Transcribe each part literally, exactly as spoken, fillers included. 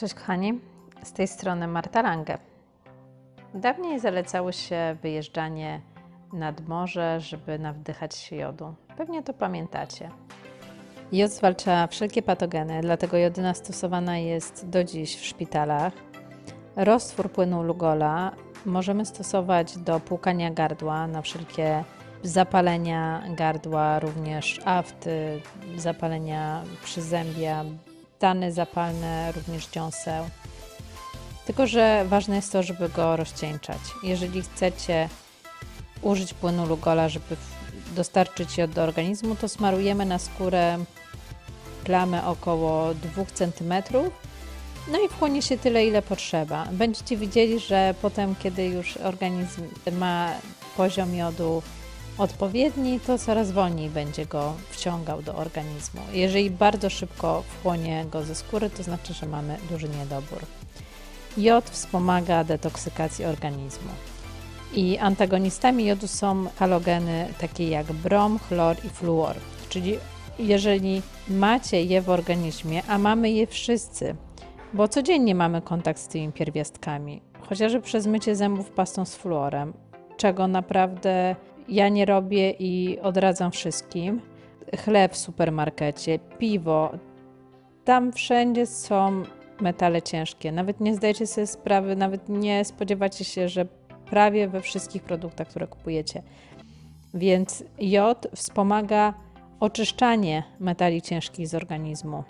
Cześć kochani, z tej strony Marta Lange. Dawniej zalecało się wyjeżdżanie nad morze, żeby nawdychać się jodu. Pewnie to pamiętacie. Jod zwalcza wszelkie patogeny, dlatego jodyna stosowana jest do dziś w szpitalach. Roztwór płynu Lugola możemy stosować do płukania gardła na wszelkie zapalenia gardła, również afty, zapalenia przyzębia, stany zapalne, również dziąseł. Tylko że ważne jest to, żeby go rozcieńczać. Jeżeli chcecie użyć płynu Lugola, żeby dostarczyć jod do organizmu, to smarujemy na skórę plamę około dwóch centymetrów. No i wchłonie się tyle, ile potrzeba. Będziecie widzieli, że potem, kiedy już organizm ma poziom jodu odpowiedni, to coraz wolniej będzie go wciągał do organizmu. Jeżeli bardzo szybko wchłonie go ze skóry, to znaczy, że mamy duży niedobór. Jod wspomaga detoksykację organizmu. I antagonistami jodu są halogeny takie jak brom, chlor i fluor. Czyli jeżeli macie je w organizmie, a mamy je wszyscy, bo codziennie mamy kontakt z tymi pierwiastkami, chociażby przez mycie zębów pastą z fluorem, czego naprawdę ja nie robię i odradzam wszystkim. Chleb w supermarkecie, piwo, tam wszędzie są metale ciężkie. Nawet nie zdajecie sobie sprawy, nawet nie spodziewacie się, że prawie we wszystkich produktach, które kupujecie. Więc jod wspomaga oczyszczanie metali ciężkich z organizmu.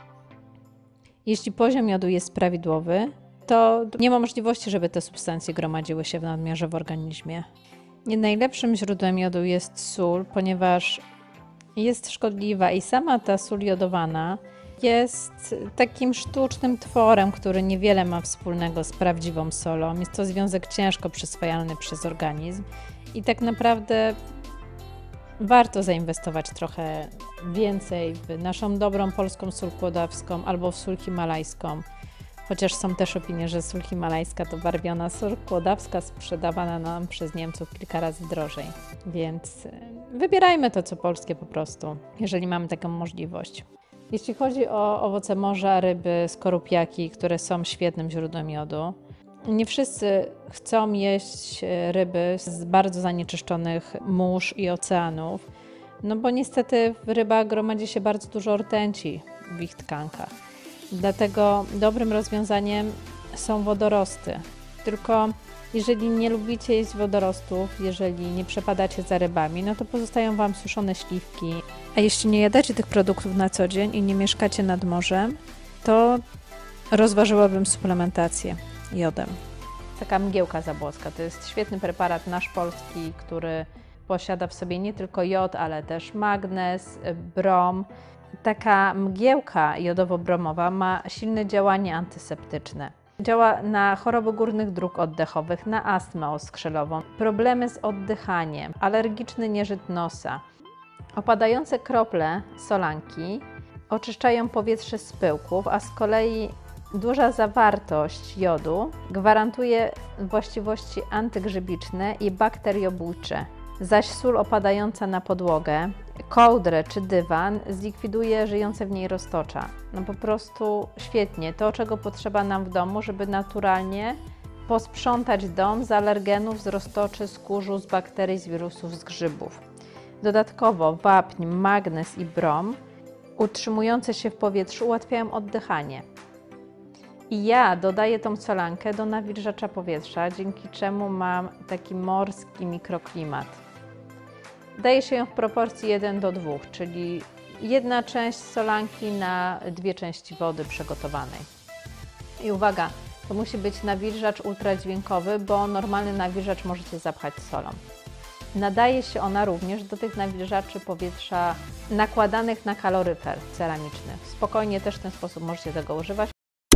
Jeśli poziom jodu jest prawidłowy, to nie ma możliwości, żeby te substancje gromadziły się w nadmiarze w organizmie. Nie najlepszym źródłem jodu jest sól, ponieważ jest szkodliwa i sama ta sól jodowana jest takim sztucznym tworem, który niewiele ma wspólnego z prawdziwą solą. Jest to związek ciężko przyswajalny przez organizm i tak naprawdę warto zainwestować trochę więcej w naszą dobrą polską sól kłodawską albo w sól himalajską. Chociaż są też opinie, że sól himalajska to barwiona sól kłodawska sprzedawana nam przez Niemców kilka razy drożej. Więc wybierajmy to, co polskie po prostu, jeżeli mamy taką możliwość. Jeśli chodzi o owoce morza, ryby, skorupiaki, które są świetnym źródłem jodu, nie wszyscy chcą jeść ryby z bardzo zanieczyszczonych mórz i oceanów, no bo niestety w rybach gromadzi się bardzo dużo rtęci w ich tkankach. Dlatego dobrym rozwiązaniem są wodorosty. Tylko jeżeli nie lubicie jeść wodorostów, jeżeli nie przepadacie za rybami, no to pozostają Wam suszone śliwki. A jeśli nie jadacie tych produktów na co dzień i nie mieszkacie nad morzem, to rozważyłabym suplementację jodem. Taka mgiełka zabłoska to jest świetny preparat nasz polski, który posiada w sobie nie tylko jod, ale też magnez, brom. Taka mgiełka jodowo-bromowa ma silne działanie antyseptyczne. Działa na choroby górnych dróg oddechowych, na astmę oskrzelową, problemy z oddychaniem, alergiczny nieżyt nosa. Opadające krople solanki oczyszczają powietrze z pyłków, a z kolei duża zawartość jodu gwarantuje właściwości antygrzybiczne i bakteriobójcze. Zaś sól opadająca na podłogę, kołdrę czy dywan zlikwiduje żyjące w niej roztocza. No po prostu świetnie. To, czego potrzeba nam w domu, żeby naturalnie posprzątać dom z alergenów, z roztoczy, z kurzu, z bakterii, z wirusów, z grzybów. Dodatkowo wapń, magnez i brom utrzymujące się w powietrzu ułatwiają oddychanie. I ja dodaję tą solankę do nawilżacza powietrza, dzięki czemu mam taki morski mikroklimat. Daje się ją w proporcji jeden do dwóch, czyli jedna część solanki na dwie części wody przygotowanej. I uwaga, to musi być nawilżacz ultradźwiękowy, bo normalny nawilżacz możecie zapchać solą. Nadaje się ona również do tych nawilżaczy powietrza nakładanych na kaloryfer ceramiczny. Spokojnie też w ten sposób możecie tego używać.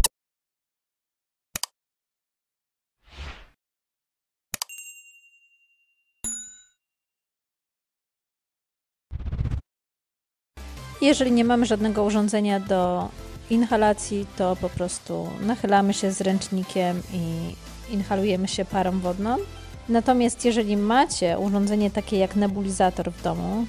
Jeżeli nie mamy żadnego urządzenia do inhalacji, to po prostu nachylamy się z ręcznikiem i inhalujemy się parą wodną. Natomiast jeżeli macie urządzenie takie jak nebulizator w domu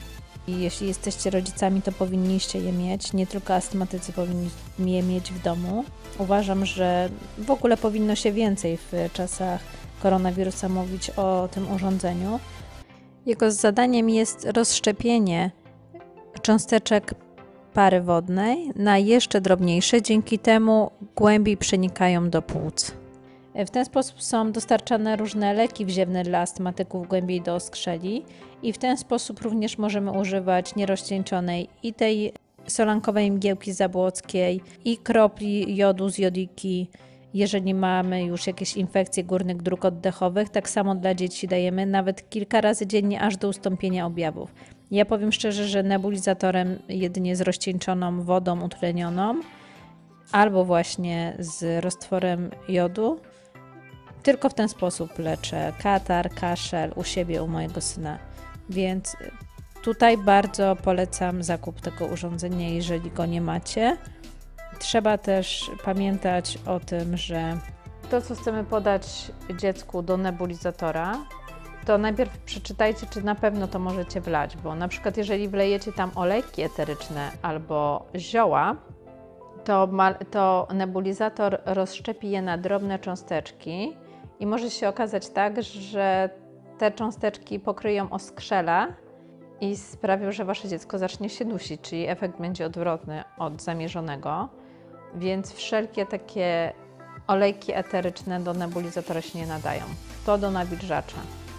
I jeśli jesteście rodzicami, to powinniście je mieć. Nie tylko astmatycy powinni je mieć w domu. Uważam, że w ogóle powinno się więcej w czasach koronawirusa mówić o tym urządzeniu. Jego zadaniem jest rozszczepienie cząsteczek pary wodnej na jeszcze drobniejsze, dzięki temu głębiej przenikają do płuc. W ten sposób są dostarczane różne leki wziewne dla astmatyków głębiej do oskrzeli i w ten sposób również możemy używać nierozcieńczonej i tej solankowej mgiełki zabłockiej i kropli jodu z jodiki, jeżeli mamy już jakieś infekcje górnych dróg oddechowych. Tak samo dla dzieci dajemy nawet kilka razy dziennie, aż do ustąpienia objawów. Ja powiem szczerze, że nebulizatorem jedynie z rozcieńczoną wodą utlenioną albo właśnie z roztworem jodu. Tylko w ten sposób leczę katar, kaszel u siebie, u mojego syna. Więc tutaj bardzo polecam zakup tego urządzenia, jeżeli go nie macie. Trzeba też pamiętać o tym, że to, co chcemy podać dziecku do nebulizatora, to najpierw przeczytajcie, czy na pewno to możecie wlać, bo na przykład jeżeli wlejecie tam olejki eteryczne albo zioła, to, ma, to nebulizator rozszczepi je na drobne cząsteczki i może się okazać tak, że te cząsteczki pokryją oskrzela i sprawią, że wasze dziecko zacznie się dusić, czyli efekt będzie odwrotny od zamierzonego, więc wszelkie takie olejki eteryczne do nebulizatora się nie nadają. To do nawilżacza.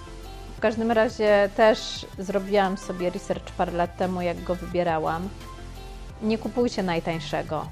W każdym razie też zrobiłam sobie research parę lat temu, jak go wybierałam. Nie kupujcie najtańszego.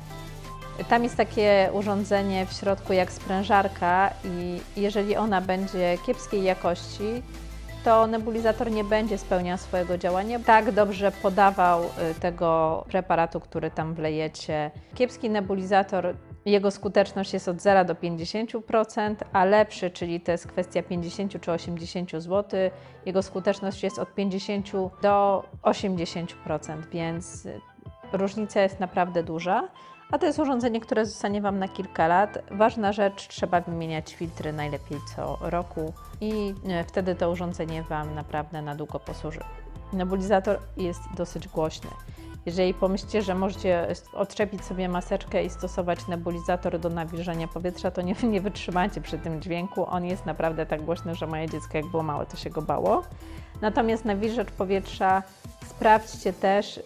Tam jest takie urządzenie w środku jak sprężarka i jeżeli ona będzie kiepskiej jakości, to nebulizator nie będzie spełniał swojego działania. Tak dobrze podawał tego preparatu, który tam wlejecie. Kiepski nebulizator, jego skuteczność jest od zera do pięćdziesięciu procent, a lepszy, czyli to jest kwestia pięćdziesięciu czy osiemdziesięciu złotych, jego skuteczność jest od pięćdziesięciu do osiemdziesięciu procent, więc różnica jest naprawdę duża. A to jest urządzenie, które zostanie Wam na kilka lat. Ważna rzecz, trzeba wymieniać filtry najlepiej co roku i wtedy to urządzenie Wam naprawdę na długo posłuży. Nebulizator jest dosyć głośny. Jeżeli pomyślicie, że możecie odczepić sobie maseczkę i stosować nebulizator do nawilżania powietrza, to nie, nie wytrzymacie przy tym dźwięku. On jest naprawdę tak głośny, że moje dziecko jak było małe, to się go bało. Natomiast nawilżacz powietrza sprawdźcie też,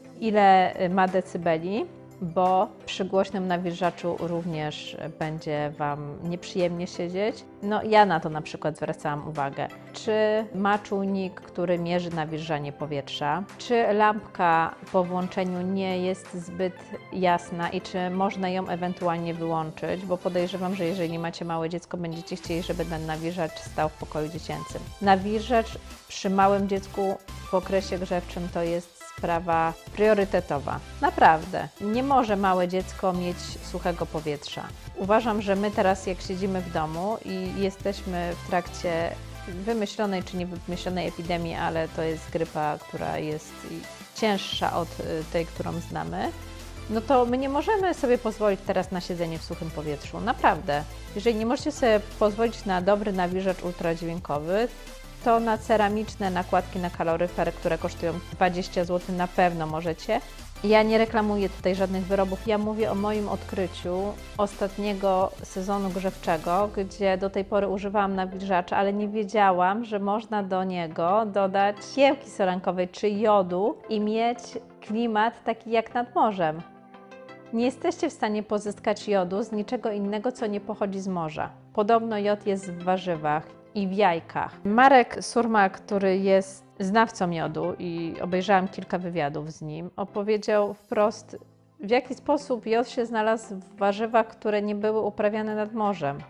ile ma decybeli, bo przy głośnym nawilżaczu również będzie Wam nieprzyjemnie siedzieć. No ja na to na przykład zwracałam uwagę. Czy ma czujnik, który mierzy nawilżanie powietrza? Czy lampka po włączeniu nie jest zbyt jasna i czy można ją ewentualnie wyłączyć? Bo podejrzewam, że jeżeli macie małe dziecko, będziecie chcieli, żeby ten nawilżacz stał w pokoju dziecięcym. Nawilżacz przy małym dziecku w okresie grzewczym to jest sprawa priorytetowa. Naprawdę. Nie może małe dziecko mieć suchego powietrza. Uważam, że my teraz jak siedzimy w domu i jesteśmy w trakcie wymyślonej czy niewymyślonej epidemii, ale to jest grypa, która jest cięższa od tej, którą znamy, no to my nie możemy sobie pozwolić teraz na siedzenie w suchym powietrzu. Naprawdę. Jeżeli nie możecie sobie pozwolić na dobry nawilżacz ultradźwiękowy, to na ceramiczne nakładki na kaloryfer, które kosztują dwadzieścia złotych, na pewno możecie. Ja nie reklamuję tutaj żadnych wyrobów, ja mówię o moim odkryciu ostatniego sezonu grzewczego, gdzie do tej pory używałam nawilżacza, ale nie wiedziałam, że można do niego dodać mgiełki solankowej czy jodu i mieć klimat taki jak nad morzem. Nie jesteście w stanie pozyskać jodu z niczego innego, co nie pochodzi z morza. Podobno jod jest w warzywach i w jajkach. Marek Surma, który jest znawcą jodu i obejrzałam kilka wywiadów z nim, opowiedział wprost, w jaki sposób jod się znalazł w warzywach, które nie były uprawiane nad morzem.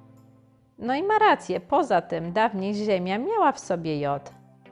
No i ma rację, poza tym dawniej ziemia miała w sobie jod.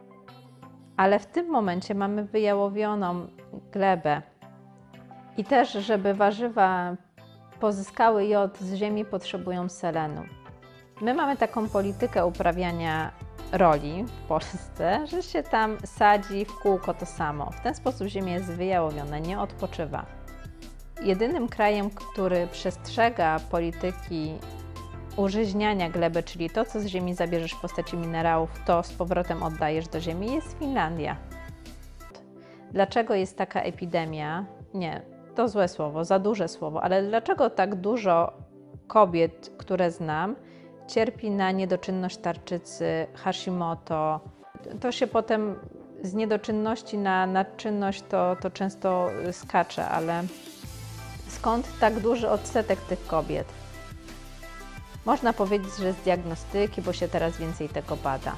Ale w tym momencie mamy wyjałowioną glebę. I też, żeby warzywa pozyskały jod z ziemi, potrzebują selenu. My mamy taką politykę uprawiania roli w Polsce, że się tam sadzi w kółko to samo. W ten sposób ziemia jest wyjałowiona, nie odpoczywa. Jedynym krajem, który przestrzega polityki użyźniania gleby, czyli to, co z ziemi zabierzesz w postaci minerałów, to z powrotem oddajesz do ziemi, jest Finlandia. dlaczego jest taka epidemia, nie, to złe słowo, za duże słowo, ale dlaczego tak dużo kobiet, które znam, cierpi na niedoczynność tarczycy, Hashimoto. To się potem z niedoczynności na nadczynność to, to często skacze, ale skąd tak duży odsetek tych kobiet? Można powiedzieć, że z diagnostyki, bo się teraz więcej tego bada.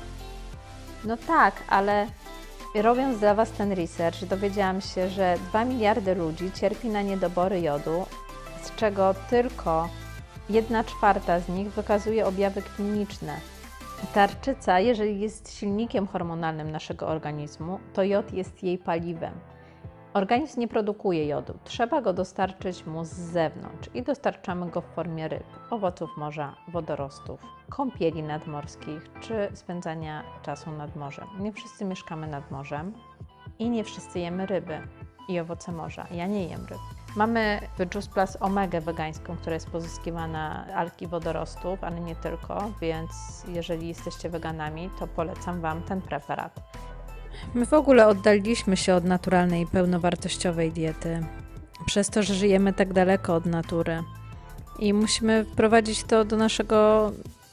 No tak, ale robiąc dla Was ten research, dowiedziałam się, że dwa miliardy ludzi cierpi na niedobory jodu, z czego tylko jedna czwarta z nich wykazuje objawy kliniczne. Tarczyca, jeżeli jest silnikiem hormonalnym naszego organizmu, to jod jest jej paliwem. Organizm nie produkuje jodu, trzeba go dostarczyć mu z zewnątrz i dostarczamy go w formie ryb, owoców morza, wodorostów, kąpieli nadmorskich czy spędzania czasu nad morzem. Nie wszyscy mieszkamy nad morzem i nie wszyscy jemy ryby i owoce morza. Ja nie jem ryb. Mamy w Juice Plus omegę wegańską, która jest pozyskiwana z algi wodorostów, ale nie tylko, więc jeżeli jesteście weganami, to polecam Wam ten preparat. My w ogóle oddaliliśmy się od naturalnej i pełnowartościowej diety, przez to, że żyjemy tak daleko od natury i musimy wprowadzić to do naszego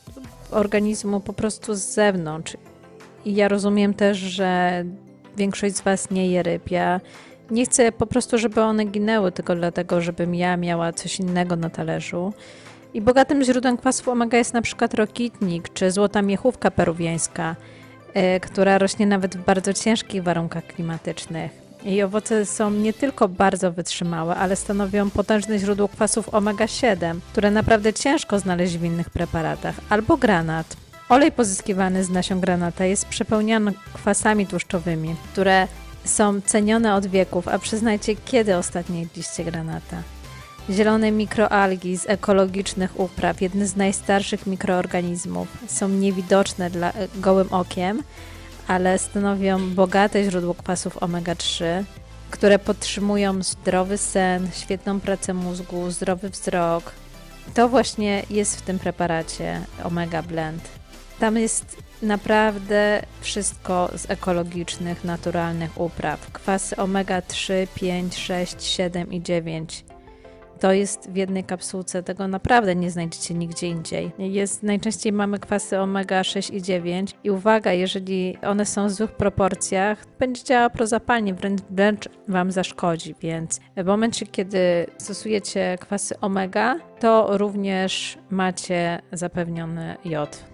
organizmu po prostu z zewnątrz. I ja rozumiem też, że większość z Was nie je ryb. Ja nie chcę po prostu, żeby one ginęły tylko dlatego, żebym ja miała coś innego na talerzu. I bogatym źródłem kwasów omega jest na przykład rokitnik czy złota miechówka peruwiańska, yy, która rośnie nawet w bardzo ciężkich warunkach klimatycznych. Jej owoce są nie tylko bardzo wytrzymałe, ale stanowią potężne źródło kwasów omega siedem, które naprawdę ciężko znaleźć w innych preparatach, albo granat. Olej pozyskiwany z nasion granata jest przepełniony kwasami tłuszczowymi, które są cenione od wieków, a przyznajcie, kiedy ostatnio jedliście granata? Zielone mikroalgi z ekologicznych upraw, jedne z najstarszych mikroorganizmów, są niewidoczne dla, gołym okiem, ale stanowią bogate źródło kwasów omega trzy, które podtrzymują zdrowy sen, świetną pracę mózgu, zdrowy wzrok. To właśnie jest w tym preparacie Omega Blend. Tam jest naprawdę wszystko z ekologicznych, naturalnych upraw. Kwasy omega trzy, pięć, sześć, siedem i dziewięć. To jest w jednej kapsułce, tego naprawdę nie znajdziecie nigdzie indziej. Jest, najczęściej mamy kwasy omega sześć i dziewięć i uwaga, jeżeli one są w złych proporcjach, będzie działała prozapalnie, wręcz, wręcz Wam zaszkodzi, więc w momencie, kiedy stosujecie kwasy omega, to również macie zapewniony jod.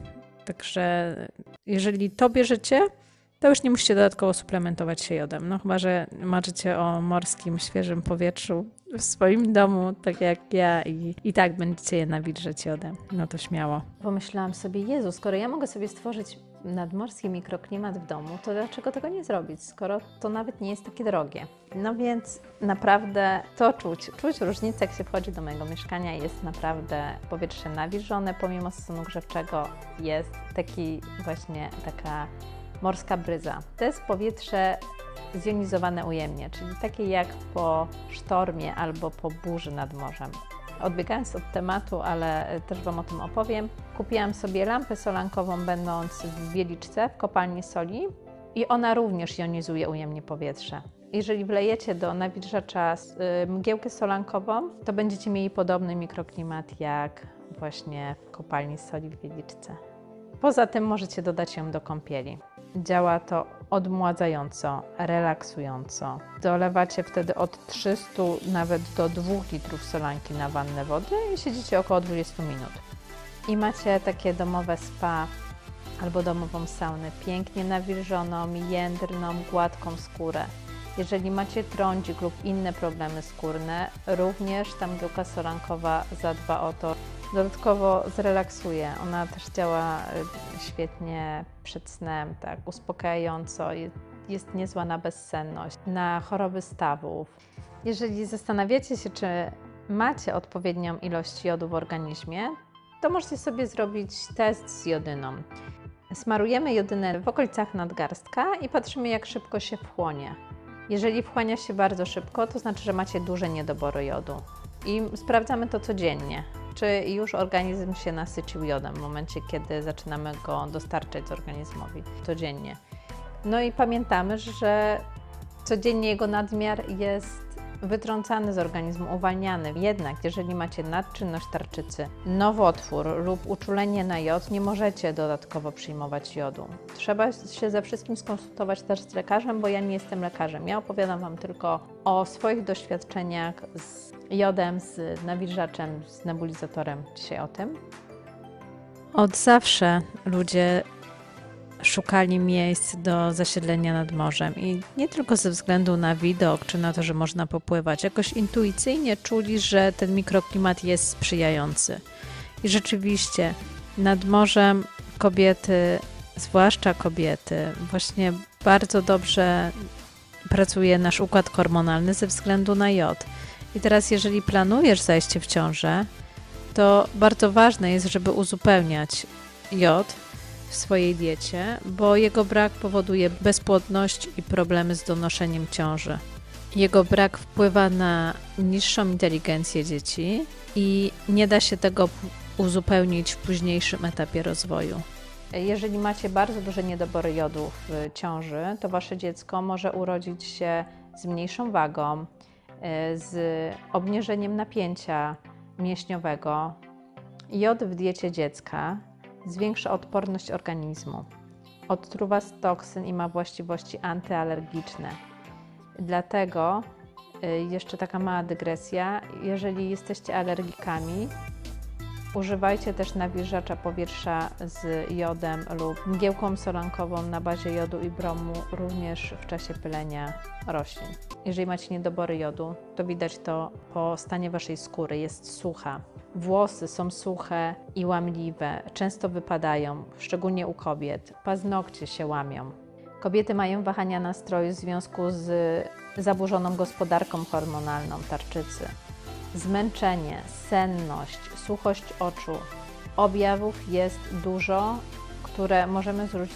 Także jeżeli to bierzecie, to już nie musicie dodatkowo suplementować się jodem. No chyba że marzycie o morskim, świeżym powietrzu w swoim domu, tak jak ja i, i tak będziecie je nawilżeć jodem. No to śmiało. Pomyślałam sobie, Jezu, skoro ja mogę sobie stworzyć nadmorski mikroklimat w domu, to dlaczego tego nie zrobić, skoro to nawet nie jest takie drogie? No więc naprawdę to czuć. Czuć różnicę, jak się wchodzi do mojego mieszkania. Jest naprawdę powietrze nawilżone, pomimo stanu grzewczego jest taki właśnie taka morska bryza. To jest powietrze zjonizowane ujemnie, czyli takie jak po sztormie albo po burzy nad morzem. Odbiegając od tematu, ale też Wam o tym opowiem, kupiłam sobie lampę solankową będąc w Wieliczce, w kopalni soli i ona również jonizuje ujemnie powietrze. Jeżeli wlejecie do nawilżacza mgiełkę solankową, to będziecie mieli podobny mikroklimat jak właśnie w kopalni soli w Wieliczce. Poza tym możecie dodać ją do kąpieli. Działa to odmładzająco, relaksująco. Dolewacie wtedy od trzystu nawet do dwóch litrów solanki na wannę wody i siedzicie około dwadzieścia minut. I macie takie domowe spa albo domową saunę, pięknie nawilżoną, jędrną, gładką skórę. Jeżeli macie trądzik lub inne problemy skórne, również ta mgiełka solankowa zadba o to. Dodatkowo zrelaksuje. Ona też działa świetnie przed snem, tak, uspokajająco. Jest niezła na bezsenność, na choroby stawów. Jeżeli zastanawiacie się, czy macie odpowiednią ilość jodu w organizmie, to możecie sobie zrobić test z jodyną. Smarujemy jodynę w okolicach nadgarstka i patrzymy, jak szybko się wchłonie. Jeżeli wchłania się bardzo szybko, to znaczy, że macie duże niedobory jodu. I sprawdzamy to codziennie, czy już organizm się nasycił jodem w momencie, kiedy zaczynamy go dostarczać organizmowi codziennie. No i pamiętamy, że Codziennie jego nadmiar jest wytrącany z organizmu, uwalniany. Jednak jeżeli macie nadczynność tarczycy, nowotwór lub uczulenie na jod, nie możecie dodatkowo przyjmować jodu. Trzeba się ze wszystkim skonsultować też z lekarzem, bo ja nie jestem lekarzem. Ja opowiadam Wam tylko o swoich doświadczeniach z jodem, z nawilżaczem, z nebulizatorem. Dzisiaj o tym. Od zawsze ludzie szukali miejsc do zasiedlenia nad morzem i nie tylko ze względu na widok czy na to, że można popływać. Jakoś intuicyjnie czuli, że ten mikroklimat jest sprzyjający. I rzeczywiście nad morzem kobiety, zwłaszcza kobiety, właśnie bardzo dobrze pracuje nasz układ hormonalny ze względu na jod. I teraz jeżeli planujesz zajście w ciążę, to bardzo ważne jest, żeby uzupełniać jod w swojej diecie, bo jego brak powoduje bezpłodność i problemy z donoszeniem ciąży. Jego brak wpływa na niższą inteligencję dzieci i nie da się tego uzupełnić w późniejszym etapie rozwoju. Jeżeli macie bardzo duże niedobory jodu w ciąży, to Wasze dziecko może urodzić się z mniejszą wagą, z obniżeniem napięcia mięśniowego. Jod w diecie dziecka zwiększa odporność organizmu, odtruwa z toksyn i ma właściwości antyalergiczne. Dlatego, jeszcze taka mała dygresja, jeżeli jesteście alergikami, używajcie też nawilżacza powietrza z jodem lub mgiełką solankową na bazie jodu i bromu również w czasie pylenia roślin. Jeżeli macie niedobory jodu, to widać to po stanie Waszej skóry, jest sucha. Włosy są suche i łamliwe, często wypadają, szczególnie u kobiet. Paznokcie się łamią. Kobiety mają wahania nastroju w związku z zaburzoną gospodarką hormonalną tarczycy. Zmęczenie, senność, suchość oczu. Objawów jest dużo, które możemy zwrócić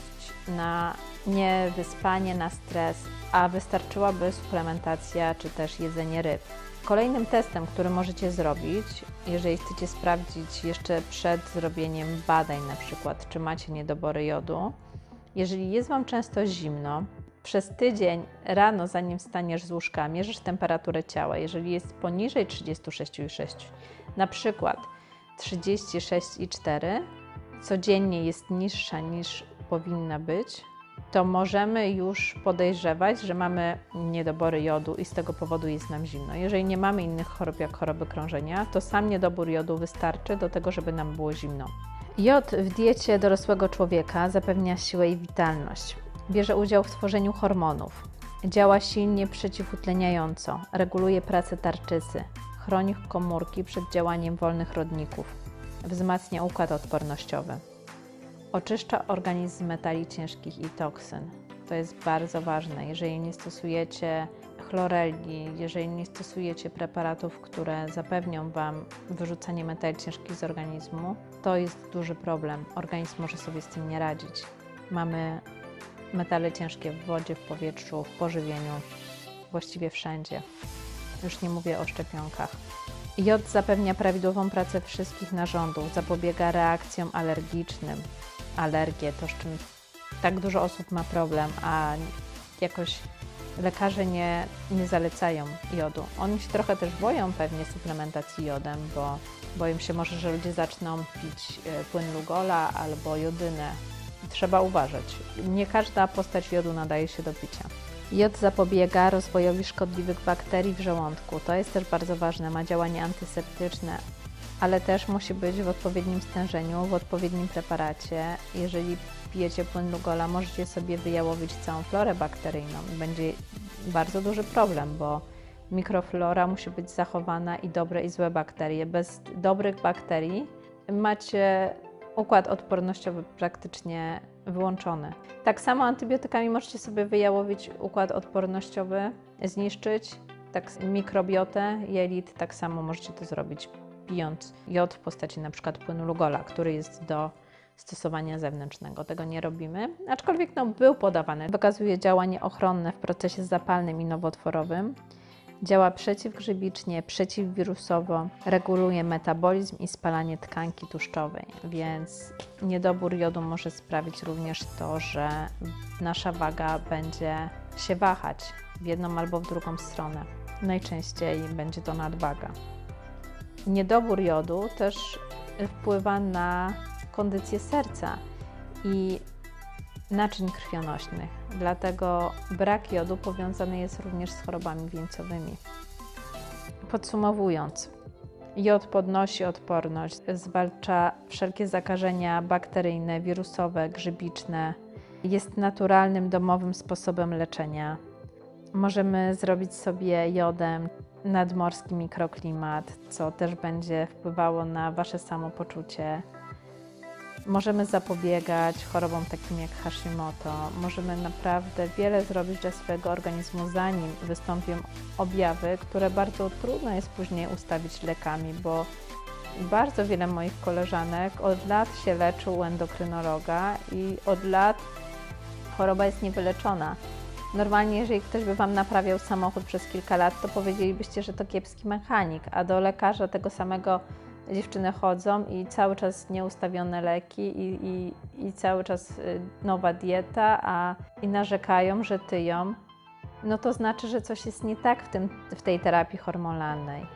na niewyspanie, na stres, a wystarczyłaby suplementacja czy też jedzenie ryb. Kolejnym testem, który możecie zrobić, jeżeli chcecie sprawdzić jeszcze przed zrobieniem badań, na przykład czy macie niedobory jodu, jeżeli jest Wam często zimno, przez tydzień rano, zanim wstaniesz z łóżka, mierzysz temperaturę ciała. Jeżeli jest poniżej trzydzieści sześć przecinek sześć, na przykład trzydzieści sześć przecinek cztery, codziennie jest niższa niż powinna być, to możemy już podejrzewać, że mamy niedobory jodu i z tego powodu jest nam zimno. Jeżeli nie mamy innych chorób jak choroby krążenia, to sam niedobór jodu wystarczy do tego, żeby nam było zimno. Jod w diecie dorosłego człowieka zapewnia siłę i witalność. Bierze udział w tworzeniu hormonów. Działa silnie przeciwutleniająco, reguluje pracę tarczycy, chroni komórki przed działaniem wolnych rodników, wzmacnia układ odpornościowy. Oczyszcza organizm z metali ciężkich i toksyn. To jest bardzo ważne. Jeżeli nie stosujecie chloreli, jeżeli nie stosujecie preparatów, które zapewnią Wam wyrzucanie metali ciężkich z organizmu, to jest duży problem. Organizm może sobie z tym nie radzić. Mamy metale ciężkie w wodzie, w powietrzu, w pożywieniu, właściwie wszędzie. Już nie mówię o szczepionkach. Jod zapewnia prawidłową pracę wszystkich narządów, zapobiega reakcjom alergicznym. Alergie, to z czym tak dużo osób ma problem, a jakoś lekarze nie, nie zalecają jodu. Oni się trochę też boją pewnie suplementacji jodem, bo boją się może, że ludzie zaczną pić płyn Lugola albo jodynę. Trzeba uważać. Nie każda postać jodu nadaje się do picia. Jod zapobiega rozwojowi szkodliwych bakterii w żołądku. To jest też bardzo ważne. Ma działanie antyseptyczne, ale też musi być w odpowiednim stężeniu, w odpowiednim preparacie. Jeżeli pijecie płyn Lugola, możecie sobie wyjałowić całą florę bakteryjną. Będzie bardzo duży problem, bo mikroflora musi być zachowana i dobre i złe bakterie. Bez dobrych bakterii macie układ odpornościowy praktycznie wyłączony. Tak samo antybiotykami możecie sobie wyjałowić układ odpornościowy, zniszczyć, tak mikrobiotę jelit, tak samo możecie to zrobić pijąc jod w postaci na przykład płynu Lugola, który jest do stosowania zewnętrznego. Tego nie robimy, aczkolwiek no, był podawany. Wykazuje działanie ochronne w procesie zapalnym i nowotworowym. Działa przeciwgrzybicznie, przeciwwirusowo, reguluje metabolizm i spalanie tkanki tłuszczowej, więc niedobór jodu może sprawić również to, że nasza waga będzie się wahać w jedną albo w drugą stronę. Najczęściej będzie to nadwaga. Niedobór jodu też wpływa na kondycję serca i naczyń krwionośnych, dlatego brak jodu powiązany jest również z chorobami wieńcowymi. Podsumowując, jod podnosi odporność, zwalcza wszelkie zakażenia bakteryjne, wirusowe, grzybiczne, jest naturalnym, domowym sposobem leczenia. Możemy zrobić sobie jodem nadmorski mikroklimat, co też będzie wpływało na Wasze samopoczucie. Możemy zapobiegać chorobom takim jak Hashimoto. Możemy naprawdę wiele zrobić dla swojego organizmu, zanim wystąpią objawy, które bardzo trudno jest później ustawić lekami, bo bardzo wiele moich koleżanek od lat się leczy u endokrynologa i od lat choroba jest niewyleczona. Normalnie, jeżeli ktoś by Wam naprawiał samochód przez kilka lat, to powiedzielibyście, że to kiepski mechanik, a do lekarza tego samego dziewczyny chodzą i cały czas nieustawione leki i, i, i cały czas nowa dieta, a i narzekają, że tyją, no to znaczy, że coś jest nie tak w, tym, w tej terapii hormonalnej.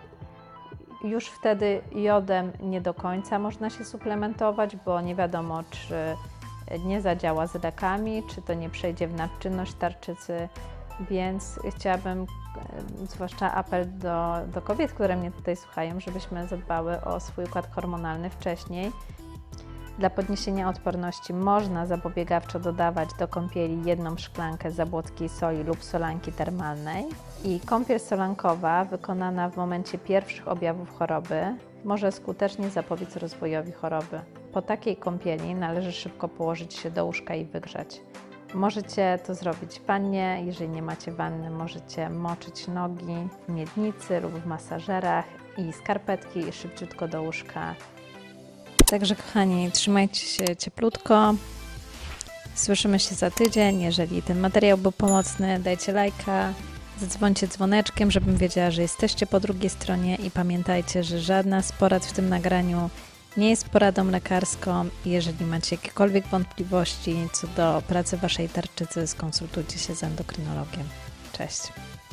Już wtedy jodem nie do końca można się suplementować, bo nie wiadomo, czy nie zadziała z lekami, czy to nie przejdzie w nadczynność tarczycy, więc chciałabym, zwłaszcza apel do, do kobiet, które mnie tutaj słuchają, żebyśmy zadbały o swój układ hormonalny wcześniej. Dla podniesienia odporności można zapobiegawczo dodawać do kąpieli jedną szklankę zabłockiej soli lub solanki termalnej i kąpiel solankowa wykonana w momencie pierwszych objawów choroby może skutecznie zapobiec rozwojowi choroby. Po takiej kąpieli należy szybko położyć się do łóżka i wygrzać. Możecie to zrobić w wannie, jeżeli nie macie wanny, możecie moczyć nogi w miednicy lub w masażerach i skarpetki i szybciutko do łóżka. Także kochani, trzymajcie się cieplutko. Słyszymy się za tydzień. Jeżeli ten materiał był pomocny, dajcie lajka, zadzwońcie dzwoneczkiem, żebym wiedziała, że jesteście po drugiej stronie i pamiętajcie, że żadna z porad w tym nagraniu nie jest poradą lekarską. Jeżeli macie jakiekolwiek wątpliwości co do pracy Waszej tarczycy, skonsultujcie się z endokrynologiem. Cześć!